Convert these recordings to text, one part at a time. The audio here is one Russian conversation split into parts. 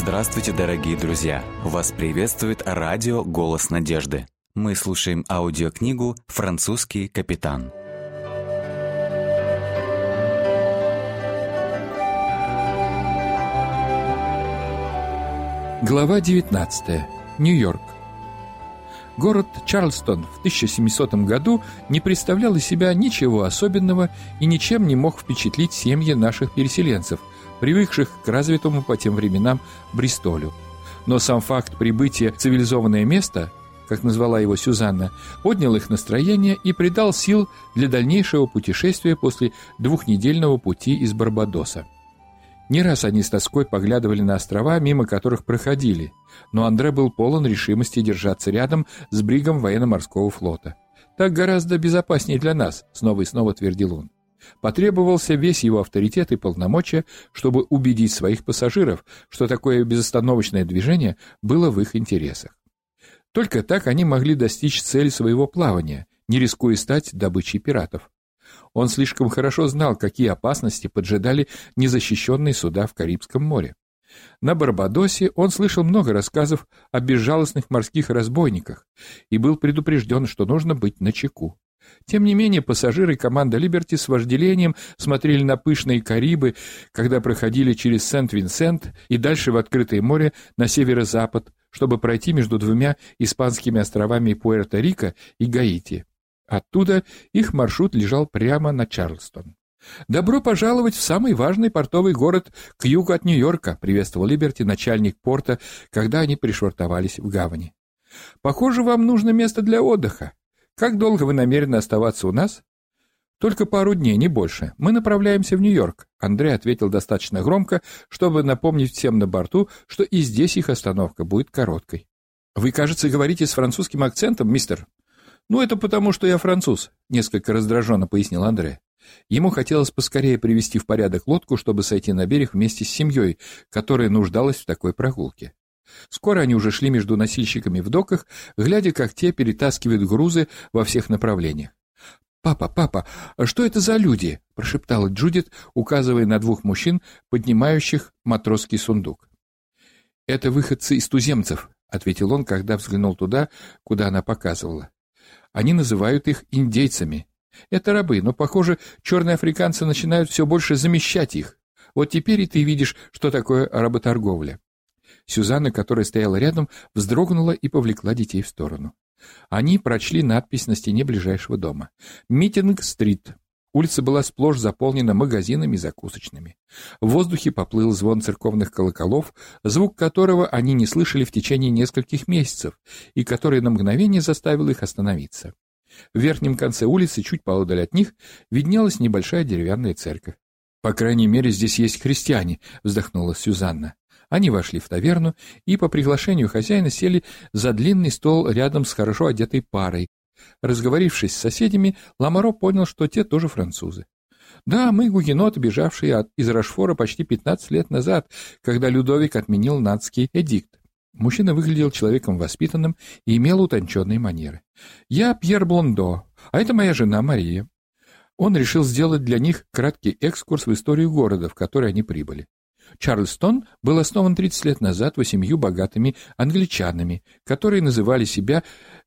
Здравствуйте, дорогие друзья! Вас приветствует радио «Голос надежды». Мы слушаем аудиокнигу «Французский капитан». Глава 19. Нью-Йорк. Город Чарльстон в 1700 году не представлял из себя ничего особенного и ничем не мог впечатлить семьи наших переселенцев, привыкших к развитому по тем временам Бристолю. Но сам факт прибытия в цивилизованное место, как назвала его Сюзанна, поднял их настроение и придал сил для дальнейшего путешествия после двухнедельного пути из Барбадоса. Не раз они с тоской поглядывали на острова, мимо которых проходили, но Андре был полон решимости держаться рядом с бригом военно-морского флота. «Так гораздо безопаснее для нас», — снова и снова твердил он. Потребовался весь его авторитет и полномочия, чтобы убедить своих пассажиров, что такое безостановочное движение было в их интересах. Только так они могли достичь цели своего плавания, не рискуя стать добычей пиратов. Он слишком хорошо знал, какие опасности поджидали незащищенные суда в Карибском море. На Барбадосе он слышал много рассказов о безжалостных морских разбойниках и был предупрежден, что нужно быть начеку. Тем не менее, пассажиры и команда «Либерти» с вожделением смотрели на пышные Карибы, когда проходили через Сент-Винсент и дальше в открытое море на северо-запад, чтобы пройти между двумя испанскими островами Пуэрто-Рико и Гаити. Оттуда их маршрут лежал прямо на Чарльстон. «Добро пожаловать в самый важный портовый город к югу от Нью-Йорка», — приветствовал Либерти, начальник порта, когда они пришвартовались в гавани. «Похоже, вам нужно место для отдыха. Как долго вы намерены оставаться у нас?» «Только пару дней, не больше. Мы направляемся в Нью-Йорк», — Андрей ответил достаточно громко, чтобы напомнить всем на борту, что и здесь их остановка будет короткой. «Вы, кажется, говорите с французским акцентом, мистер?» «Ну, это потому, что я француз», — несколько раздраженно пояснил Андре. Ему хотелось поскорее привести в порядок лодку, чтобы сойти на берег вместе с семьей, которая нуждалась в такой прогулке. Скоро они уже шли между носильщиками в доках, глядя, как те перетаскивают грузы во всех направлениях. «Папа, что это за люди?» — прошептала Джудит, указывая на двух мужчин, поднимающих матросский сундук. «Это выходцы из туземцев», — ответил он, когда взглянул туда, куда она показывала. «Они называют их индейцами. Это рабы, но, похоже, черные африканцы начинают все больше замещать их. Вот теперь и ты видишь, что такое работорговля». Сюзанна, которая стояла рядом, вздрогнула и повлекла детей в сторону. Они прочли надпись на стене ближайшего дома. «Митинг-стрит». Улица была сплошь заполнена магазинами и закусочными. В воздухе поплыл звон церковных колоколов, звук которого они не слышали в течение нескольких месяцев, и который на мгновение заставил их остановиться. В верхнем конце улицы, чуть поодаль от них, виднелась небольшая деревянная церковь. «По крайней мере, здесь есть христиане», — вздохнула Сюзанна. Они вошли в таверну и по приглашению хозяина сели за длинный стол рядом с хорошо одетой парой. Разговорившись с соседями, Ламаро понял, что те тоже французы. «Да, мы гугеноты, бежавшие из Рошфора почти 15 лет назад, когда Людовик отменил Нантский эдикт». Мужчина выглядел человеком воспитанным и имел утонченные манеры. «Я Пьер Блондо, а это моя жена Мария». Он решил сделать для них краткий экскурс в историю города, в который они прибыли. Чарльстон был основан 30 лет назад 8 богатыми англичанами, которые называли себя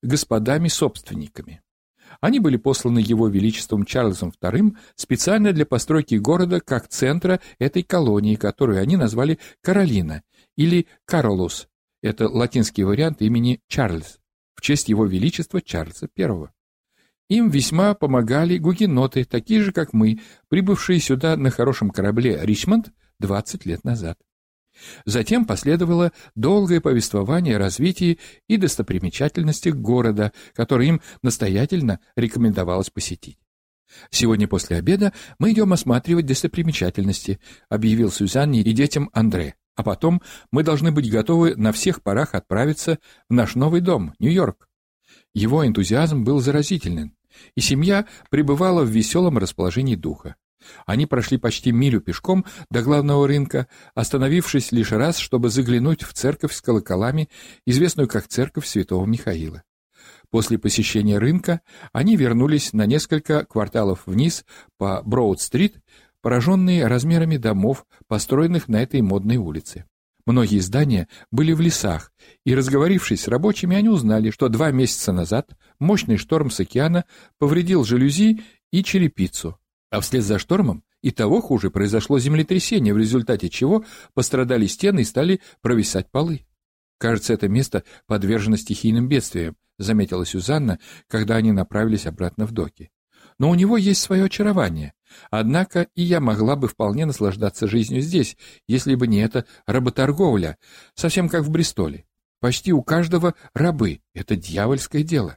господами-собственниками. Они были посланы его величеством Чарльзом II специально для постройки города как центра этой колонии, которую они назвали Каролина или Каролус. Это латинский вариант имени Чарльз, в честь его величества Чарльза I. Им весьма помогали гугеноты, такие же, как мы, прибывшие сюда на хорошем корабле «Ричмонд» 20 лет назад. Затем последовало долгое повествование о развитии и достопримечательностях города, который им настоятельно рекомендовалось посетить. «Сегодня после обеда мы идем осматривать достопримечательности», объявил Сюзанне и детям Андре. «А потом мы должны быть готовы на всех парах отправиться в наш новый дом, Нью-Йорк». Его энтузиазм был заразительным, и семья пребывала в веселом расположении духа. Они прошли почти милю пешком до главного рынка, остановившись лишь раз, чтобы заглянуть в церковь с колоколами, известную как церковь Святого Михаила. После посещения рынка они вернулись на несколько кварталов вниз по Броуд-стрит, пораженные размерами домов, построенных на этой модной улице. Многие здания были в лесах, и, разговорившись с рабочими, они узнали, что 2 месяца назад мощный шторм с океана повредил жалюзи и черепицу, а вслед за штормом и того хуже произошло землетрясение, в результате чего пострадали стены и стали провисать полы. «Кажется, это место подвержено стихийным бедствиям», заметила Сюзанна, когда они направились обратно в доки. «Но у него есть свое очарование. Однако и я могла бы вполне наслаждаться жизнью здесь, если бы не эта работорговля, совсем как в Бристоле. Почти у каждого рабы. Это дьявольское дело.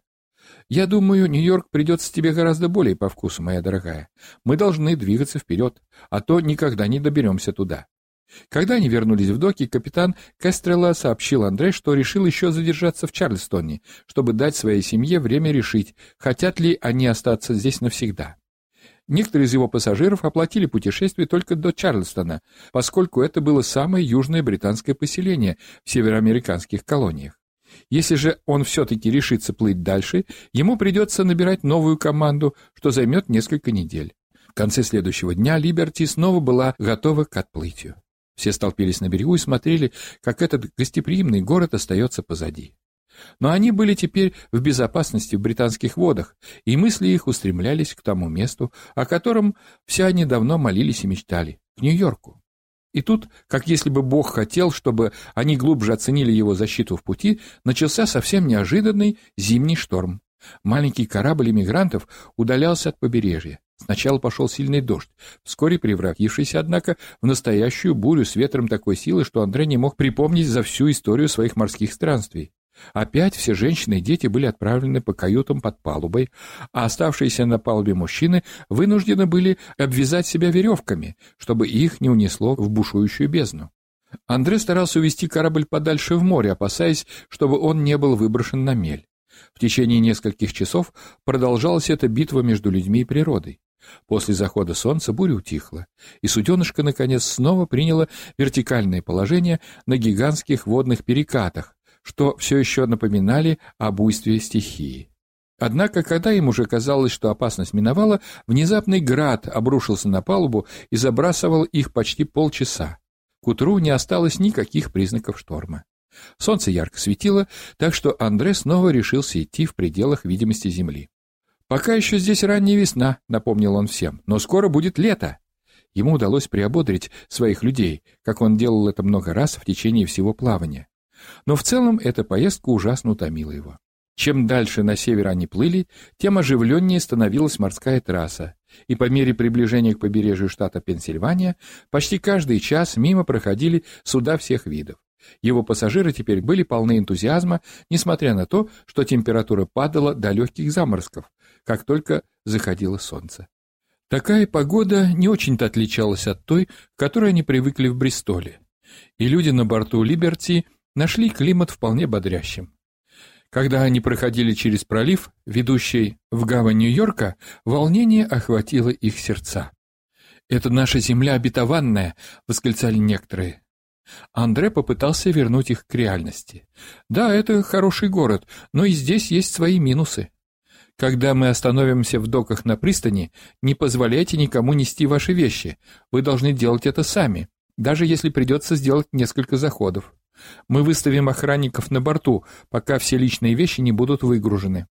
Я думаю, Нью-Йорк придется тебе гораздо более по вкусу, моя дорогая. Мы должны двигаться вперед, а то никогда не доберемся туда». Когда они вернулись в доки, капитан Кестрелла сообщил Андре, что решил еще задержаться в Чарльстоне, чтобы дать своей семье время решить, хотят ли они остаться здесь навсегда. Некоторые из его пассажиров оплатили путешествие только до Чарльстона, поскольку это было самое южное британское поселение в североамериканских колониях. Если же он все-таки решится плыть дальше, ему придется набирать новую команду, что займет несколько недель. В конце следующего дня Либерти снова была готова к отплытию. Все столпились на берегу и смотрели, как этот гостеприимный город остается позади. Но они были теперь в безопасности в британских водах, и мысли их устремлялись к тому месту, о котором все они давно молились и мечтали — к Нью-Йорку. И тут, как если бы Бог хотел, чтобы они глубже оценили его защиту в пути, начался совсем неожиданный зимний шторм. Маленький корабль эмигрантов удалялся от побережья. Сначала пошел сильный дождь, вскоре превратившийся, однако, в настоящую бурю с ветром такой силы, что Андре не мог припомнить за всю историю своих морских странствий. Опять все женщины и дети были отправлены по каютам под палубой, а оставшиеся на палубе мужчины вынуждены были обвязать себя веревками, чтобы их не унесло в бушующую бездну. Андре старался увести корабль подальше в море, опасаясь, чтобы он не был выброшен на мель. В течение нескольких часов продолжалась эта битва между людьми и природой. После захода солнца буря утихла, и суденышко, наконец, снова приняло вертикальное положение на гигантских водных перекатах, что все еще напоминали о буйстве стихии. Однако, когда им уже казалось, что опасность миновала, внезапный град обрушился на палубу и забрасывал их почти полчаса. К утру не осталось никаких признаков шторма. Солнце ярко светило, так что Андре снова решился идти в пределах видимости земли. «Пока еще здесь ранняя весна», — напомнил он всем, — «но скоро будет лето». Ему удалось приободрить своих людей, как он делал это много раз в течение всего плавания. Но в целом эта поездка ужасно утомила его. Чем дальше на север они плыли, тем оживленнее становилась морская трасса, и по мере приближения к побережью штата Пенсильвания почти каждый час мимо проходили суда всех видов. Его пассажиры теперь были полны энтузиазма, несмотря на то, что температура падала до легких заморозков, как только заходило солнце. Такая погода не очень-то отличалась от той, к которой они привыкли в Бристоле, и люди на борту «Либерти» нашли климат вполне бодрящим. Когда они проходили через пролив, ведущий в гавань Нью-Йорка, волнение охватило их сердца. «Это наша земля обетованная!» — восклицали некоторые. Андре попытался вернуть их к реальности. «Да, это хороший город, но и здесь есть свои минусы. Когда мы остановимся в доках на пристани, не позволяйте никому нести ваши вещи. Вы должны делать это сами, даже если придется сделать несколько заходов. Мы выставим охранников на борту, пока все личные вещи не будут выгружены».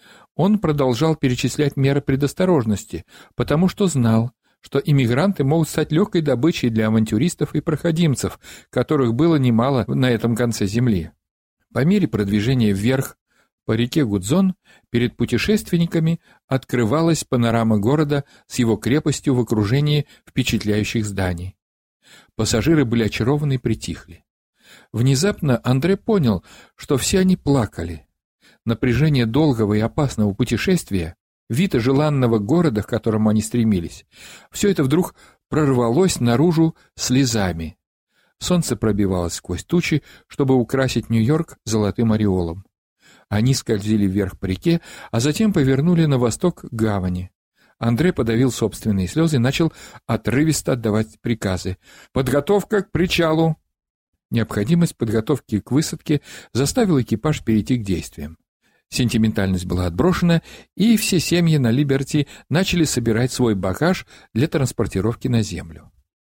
Он продолжал перечислять меры предосторожности, потому что знал, что иммигранты могут стать легкой добычей для авантюристов и проходимцев, которых было немало на этом конце земли. По мере продвижения вверх по реке Гудзон перед путешественниками открывалась панорама города с его крепостью в окружении впечатляющих зданий. Пассажиры были очарованы и притихли. Внезапно Андре понял, что все они плакали. Напряжение долгого и опасного путешествия, вид желанного города, к которому они стремились, все это вдруг прорвалось наружу слезами. Солнце пробивалось сквозь тучи, чтобы украсить Нью-Йорк золотым ореолом. Они скользили вверх по реке, а затем повернули на восток к гавани. Андре подавил собственные слезы и начал отрывисто отдавать приказы. «Подготовка к причалу!» Необходимость подготовки к высадке заставила экипаж перейти к действиям. Сентиментальность была отброшена, и все семьи на Либерти начали собирать свой багаж для транспортировки на землю.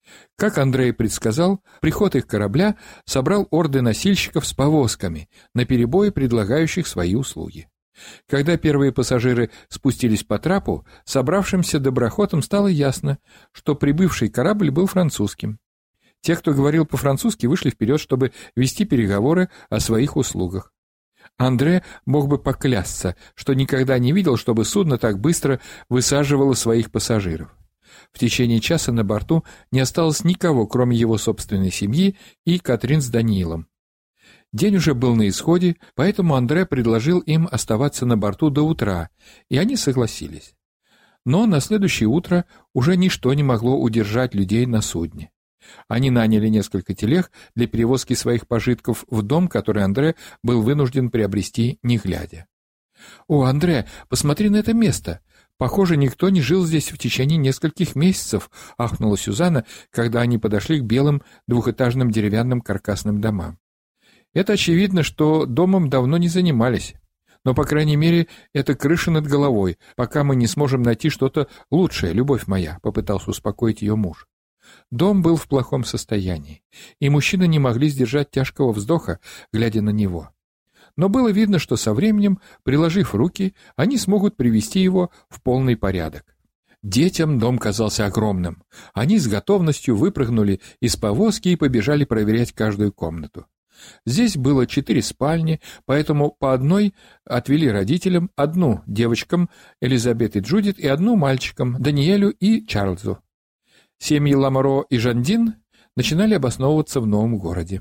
Как Андрей предсказал, приход их корабля собрал орды носильщиков с повозками, наперебой предлагающих свои услуги. Когда первые пассажиры спустились по трапу, собравшимся доброхотам стало ясно, что прибывший корабль был французским. Те, кто говорил по-французски, вышли вперед, чтобы вести переговоры о своих услугах. Андре мог бы поклясться, что никогда не видел, чтобы судно так быстро высаживало своих пассажиров. В течение часа на борту не осталось никого, кроме его собственной семьи и Катрин с Даниилом. День уже был на исходе, поэтому Андре предложил им оставаться на борту до утра, и они согласились. Но на следующее утро уже ничто не могло удержать людей на судне. Они наняли несколько телег для перевозки своих пожитков в дом, который Андре был вынужден приобрести не глядя. «О, Андре, посмотри на это место! Похоже, никто не жил здесь в течение нескольких месяцев», — ахнула Сюзанна, когда они подошли к белым двухэтажным деревянным каркасным домам. «Это очевидно, что домом давно не занимались. Но, по крайней мере, это крыша над головой, пока мы не сможем найти что-то лучшее, любовь моя», — попытался успокоить ее муж. Дом был в плохом состоянии, и мужчины не могли сдержать тяжкого вздоха, глядя на него. Но было видно, что со временем, приложив руки, они смогут привести его в полный порядок. Детям дом казался огромным. Они с готовностью выпрыгнули из повозки и побежали проверять каждую комнату. Здесь было 4 спальни, поэтому по одной отвели родителям, одну девочкам, Элизабет и Джудит, и одну мальчикам, Даниэлю и Чарльзу. Семьи Ламоро и Жандин начинали обосновываться в новом городе.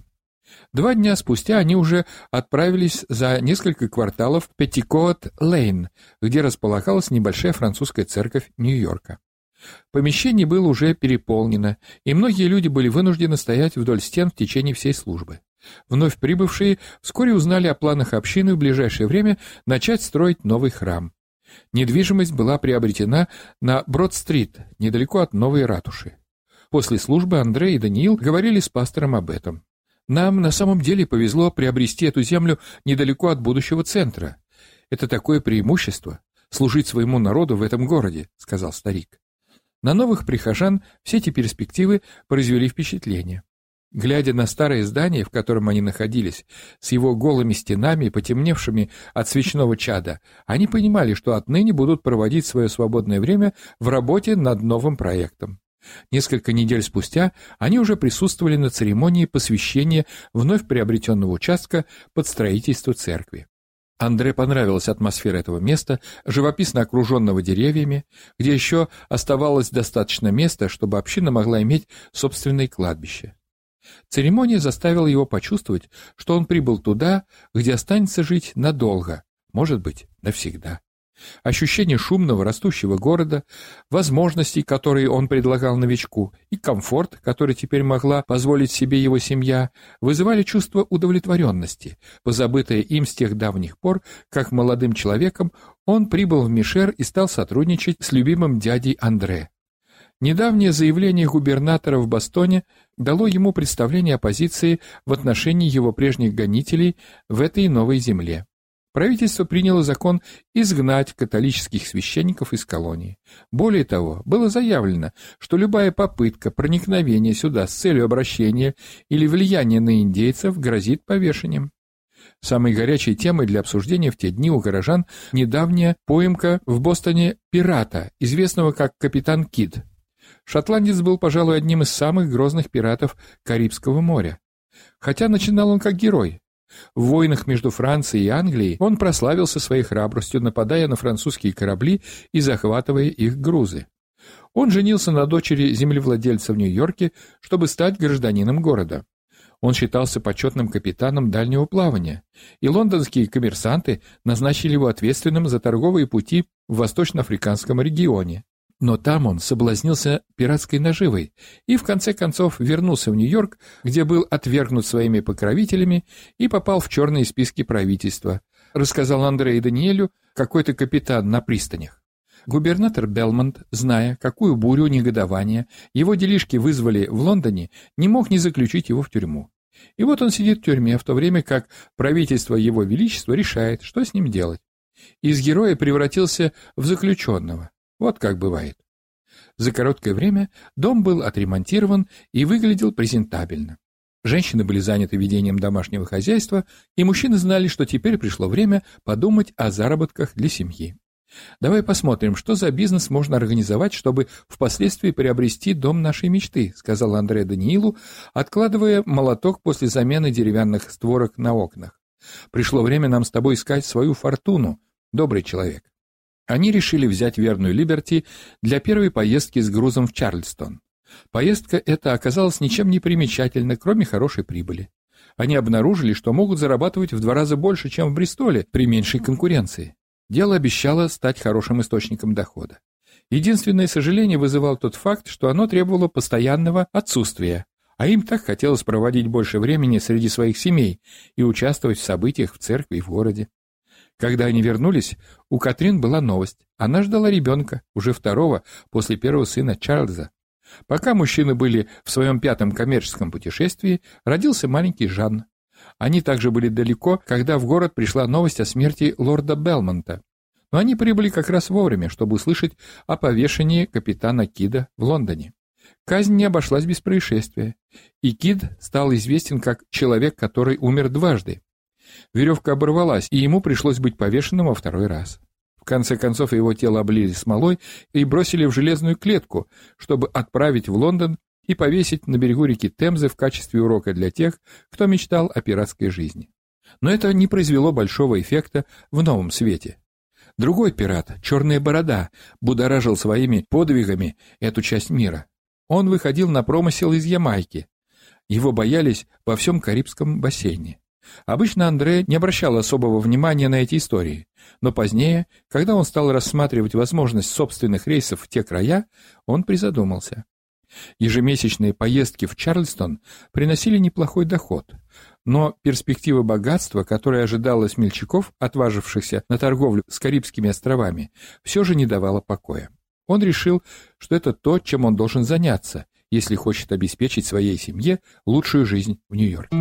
2 дня спустя они уже отправились за несколько кварталов в Петтикоат-Лейн, где располагалась небольшая французская церковь Нью-Йорка. Помещение было уже переполнено, и многие люди были вынуждены стоять вдоль стен в течение всей службы. Вновь прибывшие вскоре узнали о планах общины в ближайшее время начать строить новый храм. Недвижимость была приобретена на Брод-стрит, недалеко от новой ратуши. После службы Андрей и Даниил говорили с пастором об этом. «Нам на самом деле повезло приобрести эту землю недалеко от будущего центра. Это такое преимущество — служить своему народу в этом городе», — сказал старик. На новых прихожан все эти перспективы произвели впечатление. Глядя на старое здание, в котором они находились, с его голыми стенами, потемневшими от свечного чада, они понимали, что отныне будут проводить свое свободное время в работе над новым проектом. Несколько недель спустя они уже присутствовали на церемонии посвящения вновь приобретенного участка под строительство церкви. Андре понравилась атмосфера этого места, живописно окруженного деревьями, где еще оставалось достаточно места, чтобы община могла иметь собственное кладбище. Церемония заставила его почувствовать, что он прибыл туда, где останется жить надолго, может быть, навсегда. Ощущение шумного растущего города, возможностей, которые он предлагал новичку, и комфорт, который теперь могла позволить себе его семья, вызывали чувство удовлетворенности, позабытое им с тех давних пор, как молодым человеком он прибыл в Мишер и стал сотрудничать с любимым дядей Андре. Недавнее заявление губернатора в Бостоне дало ему представление о позиции в отношении его прежних гонителей в этой новой земле. Правительство приняло закон изгнать католических священников из колонии. Более того, было заявлено, что любая попытка проникновения сюда с целью обращения или влияния на индейцев грозит повешением. Самой горячей темой для обсуждения в те дни у горожан недавняя поимка в Бостоне пирата, известного как капитан Кид. Шотландец был, пожалуй, одним из самых грозных пиратов Карибского моря. Хотя начинал он как герой. В войнах между Францией и Англией он прославился своей храбростью, нападая на французские корабли и захватывая их грузы. Он женился на дочери землевладельца в Нью-Йорке, чтобы стать гражданином города. Он считался почетным капитаном дальнего плавания, и лондонские коммерсанты назначили его ответственным за торговые пути в восточноафриканском регионе. Но там он соблазнился пиратской наживой и в конце концов вернулся в Нью-Йорк, где был отвергнут своими покровителями и попал в черные списки правительства, рассказал Андре и Даниэлю какой-то капитан на пристанях. Губернатор Белмонт, зная, какую бурю негодования его делишки вызвали в Лондоне, не мог не заключить его в тюрьму. И вот он сидит в тюрьме, в то время как правительство Его Величества решает, что с ним делать. Из героя превратился в заключенного. Вот как бывает. За короткое время дом был отремонтирован и выглядел презентабельно. Женщины были заняты ведением домашнего хозяйства, и мужчины знали, что теперь пришло время подумать о заработках для семьи. «Давай посмотрим, что за бизнес можно организовать, чтобы впоследствии приобрести дом нашей мечты», сказал Андре Даниилу, откладывая молоток после замены деревянных створок на окнах. «Пришло время нам с тобой искать свою фортуну, добрый человек». Они решили взять верную Либерти для первой поездки с грузом в Чарльстон. Поездка эта оказалась ничем не примечательна, кроме хорошей прибыли. Они обнаружили, что могут зарабатывать в 2 раза больше, чем в Бристоле, при меньшей конкуренции. Дело обещало стать хорошим источником дохода. Единственное сожаление вызывал тот факт, что оно требовало постоянного отсутствия, а им так хотелось проводить больше времени среди своих семей и участвовать в событиях в церкви и в городе. Когда они вернулись, у Катрин была новость. Она ждала ребенка, уже 2-го, после первого сына Чарльза. Пока мужчины были в своем 5-м коммерческом путешествии, родился маленький Жан. Они также были далеко, когда в город пришла новость о смерти лорда Белмонта. Но они прибыли как раз вовремя, чтобы услышать о повешении капитана Кида в Лондоне. Казнь не обошлась без происшествия, и Кид стал известен как человек, который умер дважды. Веревка оборвалась, и ему пришлось быть повешенным во 2-й раз. В конце концов, его тело облили смолой и бросили в железную клетку, чтобы отправить в Лондон и повесить на берегу реки Темзы в качестве урока для тех, кто мечтал о пиратской жизни. Но это не произвело большого эффекта в новом свете. Другой пират, Черная Борода, будоражил своими подвигами эту часть мира. Он выходил на промысел из Ямайки. Его боялись во всем Карибском бассейне. Обычно Андре не обращал особого внимания на эти истории, но позднее, когда он стал рассматривать возможность собственных рейсов в те края, он призадумался. Ежемесячные поездки в Чарльстон приносили неплохой доход, но перспектива богатства, которая ожидала смельчаков, отважившихся на торговлю с Карибскими островами, все же не давала покоя. Он решил, что это то, чем он должен заняться, если хочет обеспечить своей семье лучшую жизнь в Нью-Йорке.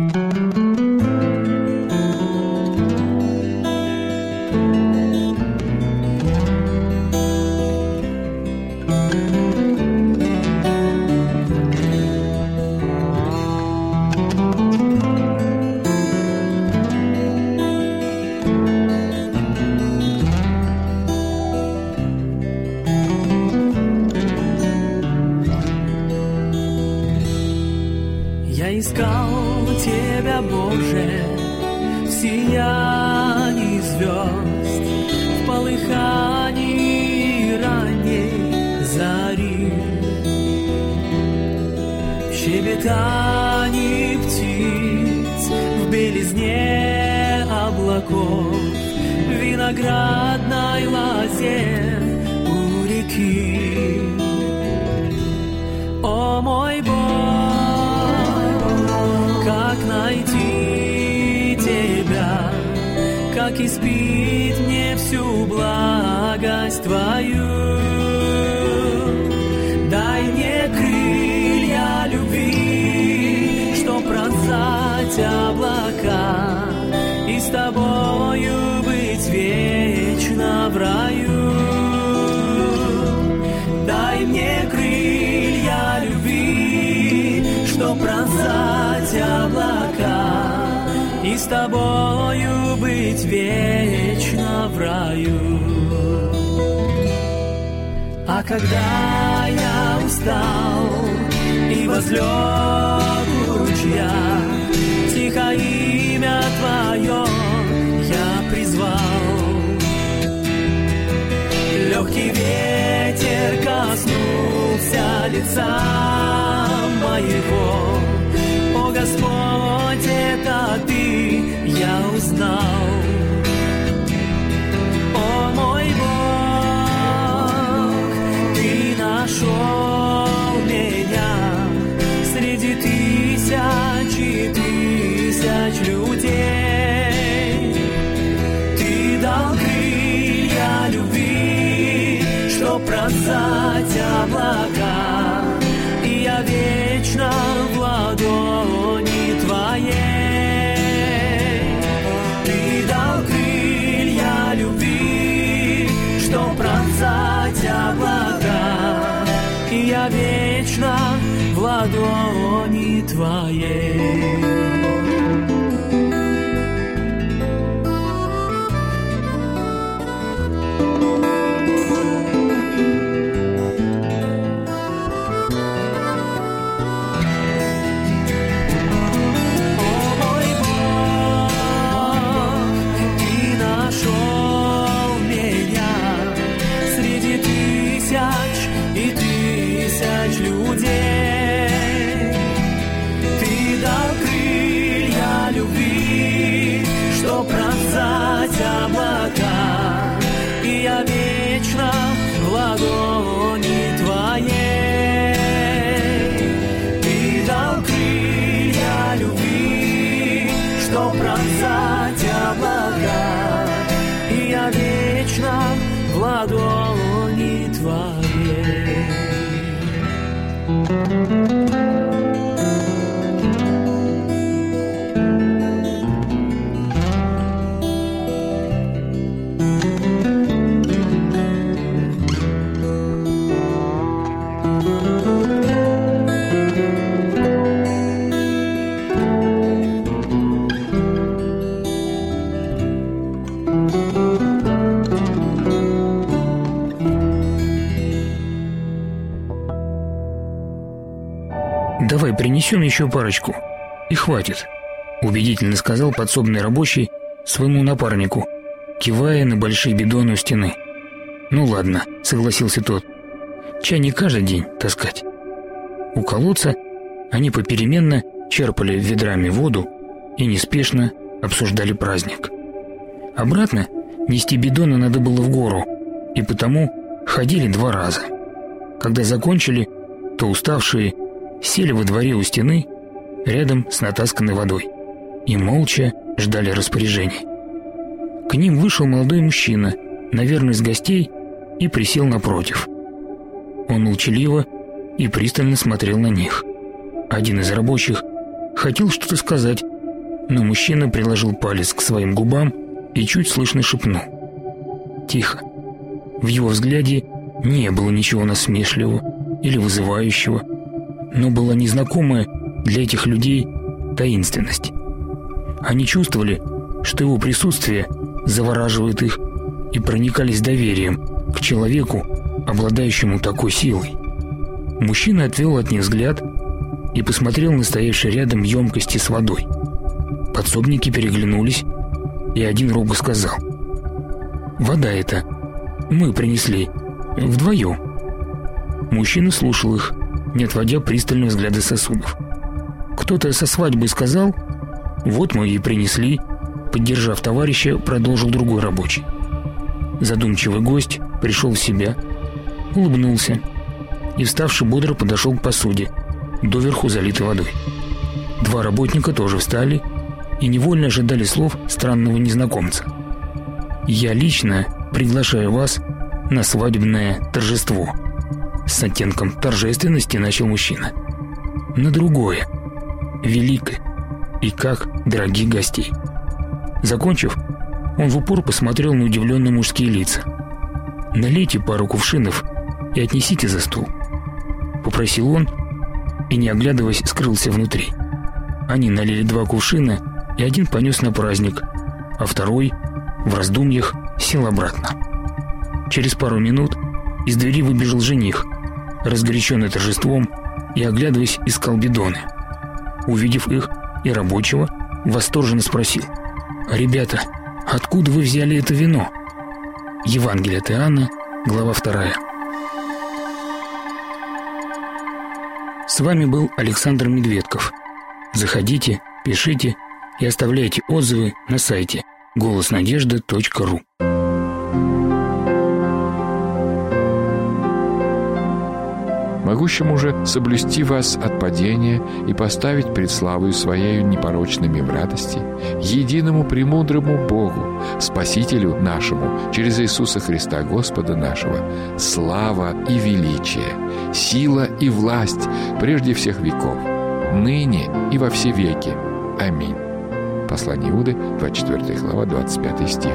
Я искал тебя, Боже, в сиянии звезд, в полыхании ранней зари, в щебетании птиц, в белизне облаков, в виноградной лозе у реки. О мой Бог, как найти тебя, как испить мне всю благость твою. Дай мне крылья любви, чтоб пронзать облака и с тобою быть вечно в раю. Дай мне крылья любви, чтоб пронзать облака и с тобою быть вечно в раю. А когда я устал и возлег у ручья, тихо имя твое я призвал. Легкий ветер коснулся лица моего. О, Господь, это ты, я узнал. О, мой Бог, ты нашел меня среди тысяч людей. Ты дал крылья любви, чтоб пронзать облака, и я вечно в ладони твоей. Ты дал крылья любви, чтоб пронзать облака, и я вечно в ладони Твоей. Облака, и я вечно в ладони Твоей. Ты дал крылья любви, что пронзать облака, и я вечно в ладони Твоей. «Давай принесем еще парочку, и хватит», — убедительно сказал подсобный рабочий своему напарнику, кивая на большие бидоны у стены. «Ну ладно», — согласился тот, — «чай не каждый день таскать». У колодца они попеременно черпали ведрами воду и неспешно обсуждали праздник. Обратно нести бидоны надо было в гору, и потому ходили 2 раза. Когда закончили, то уставшие сели во дворе у стены рядом с натасканной водой и молча ждали распоряжений. К ним вышел молодой мужчина, наверное, из гостей, и присел напротив. Он молчаливо и пристально смотрел на них. Один из рабочих хотел что-то сказать, но мужчина приложил палец к своим губам и чуть слышно шепнул: «Тихо». В его взгляде не было ничего насмешливого или вызывающего, но была незнакомая для этих людей таинственность. Они чувствовали, что его присутствие завораживает их, и проникались доверием к человеку, обладающему такой силой. Мужчина отвел от них взгляд и посмотрел на стоявшие рядом емкости с водой. Подсобники переглянулись, и один робко сказал: «Вода эта мы принесли вдвоем». Мужчина слушал их, не отводя пристального взгляда сосудов. Кто-то со свадьбы сказал: «Вот мы и принесли», поддержав товарища, продолжил другой рабочий. Задумчивый гость пришел в себя, улыбнулся и, вставший, бодро подошел к посуде, доверху залитой водой. 2 работника тоже встали и невольно ожидали слов странного незнакомца. «Я лично приглашаю вас на свадебное торжество», с оттенком торжественности начал мужчина. «На другое, великое и как дорогих гостей». Закончив, он в упор посмотрел на удивленные мужские лица. «Налейте пару кувшинов и отнесите за стол», — попросил он и, не оглядываясь, скрылся внутри. Они налили 2 кувшина, и один понес на праздник, а второй, в раздумьях, сел обратно. Через пару минут из двери выбежал жених, разгоряченный торжеством, и, оглядываясь, искал бидоны. Увидев их и рабочего, восторженно спросил: «Ребята, откуда вы взяли это вино?» Евангелие от Иоанна, глава 2. С вами был Александр Медведков. Заходите, пишите и оставляйте отзывы на сайте голоснадежды.ру. Могущему же соблюсти вас от падения и поставить пред славою Своею непорочными в радости, единому премудрому Богу, Спасителю нашему, через Иисуса Христа Господа нашего, слава и величие, сила и власть прежде всех веков, ныне и во все веки. Аминь. Послание Иуды, 24 глава, 25 стих.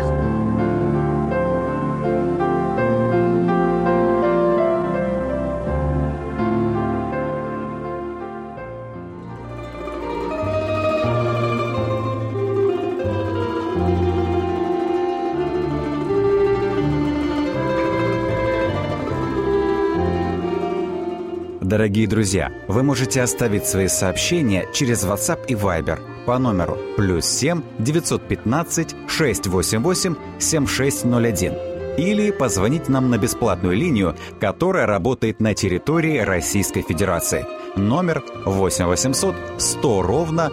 Дорогие друзья, вы можете оставить свои сообщения через WhatsApp и Viber по номеру +7 915 688 7601 или позвонить нам на бесплатную линию, которая работает на территории Российской Федерации. Номер 8 800 100 ровно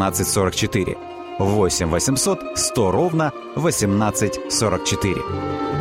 1844. 8 800 100 ровно 1844.